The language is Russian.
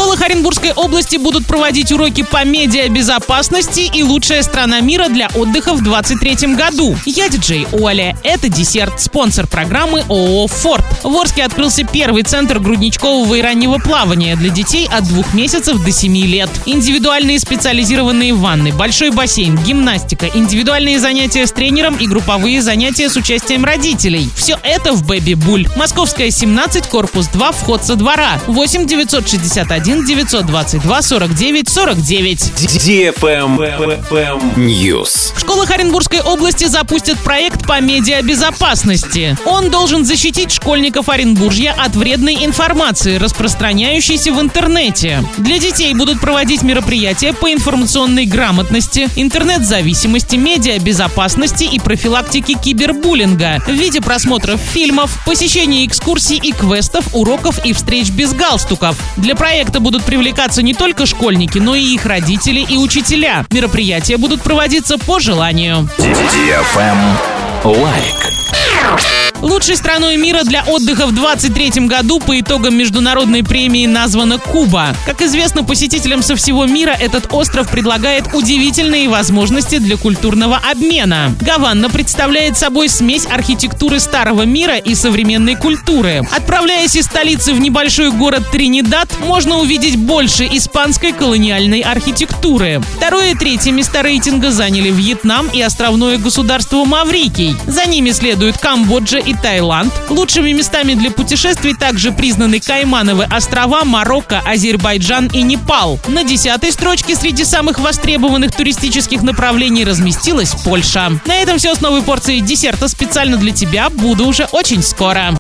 школах Оренбургской области будут проводить уроки по медиабезопасности и лучшая страна мира для отдыха в 2023 году. Я диджей Оля. Это десерт. Спонсор программы ООО «Форд». В Орске открылся первый центр грудничкового и раннего плавания для детей от 2 месяцев до 7 лет. Индивидуальные специализированные ванны, большой бассейн, гимнастика, индивидуальные занятия с тренером и групповые занятия с участием родителей. Все это в Бэби Буль. Московская, 17, корпус 2, вход со двора. 8 961 922 49 49. News. В школах Оренбургской области запустят проект по медиабезопасности. Он должен защитить школьников Оренбуржья от вредной информации, распространяющейся в интернете. Для детей будут проводить мероприятия по информационной грамотности, интернет-зависимости, медиабезопасности и профилактике кибербуллинга в виде просмотров фильмов, посещения экскурсий и квестов, уроков и встреч без галстуков. Для проекта будут привлекаться не только школьники, но и их родители и учителя. Мероприятия будут проводиться по желанию. Лайк. Лучшей страной мира для отдыха в 2023 году по итогам международной премии названа Куба. Как известно посетителям со всего мира, этот остров предлагает удивительные возможности для культурного обмена. Гавана представляет собой смесь архитектуры старого мира и современной культуры. Отправляясь из столицы в небольшой город Тринидад, можно увидеть больше испанской колониальной архитектуры. 2 и 3 места рейтинга заняли Вьетнам и островное государство Маврикий. За ними следуют Камбоджа и Таиланд. Лучшими местами для путешествий также признаны Каймановы острова, Марокко, Азербайджан и Непал. На 10-й строчке среди самых востребованных туристических направлений разместилась Польша. На этом все с новой порцией десерта специально для тебя. Буду уже очень скоро.